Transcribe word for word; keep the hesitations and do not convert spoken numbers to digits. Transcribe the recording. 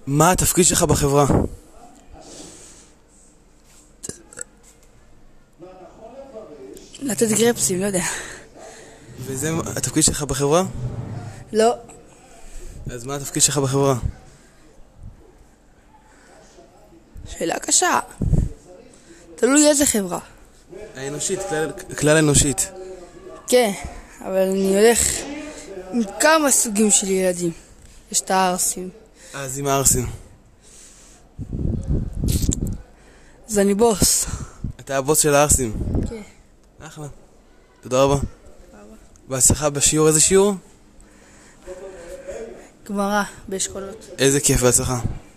מה התפקיד שלך בחברה? לתת גרפסים, לא יודע. וזה התפקיד שלך בחברה? לא. אז מה התפקיד שלך בחברה? שאלה קשה. תלוי איזה חברה. האנושית, כלל, כלל אנושית. כן, אבל אני הולך עם כמה סוגים של ילדים. יש את הערסים. אז עם הערסים. אז אני בוס. אתה הבוס של הערסים? כן. אחלה. תודה רבה. בהצלחה בשיעור, איזה שיעור? גמרא באשכולות. איזה כיף, בהצלחה.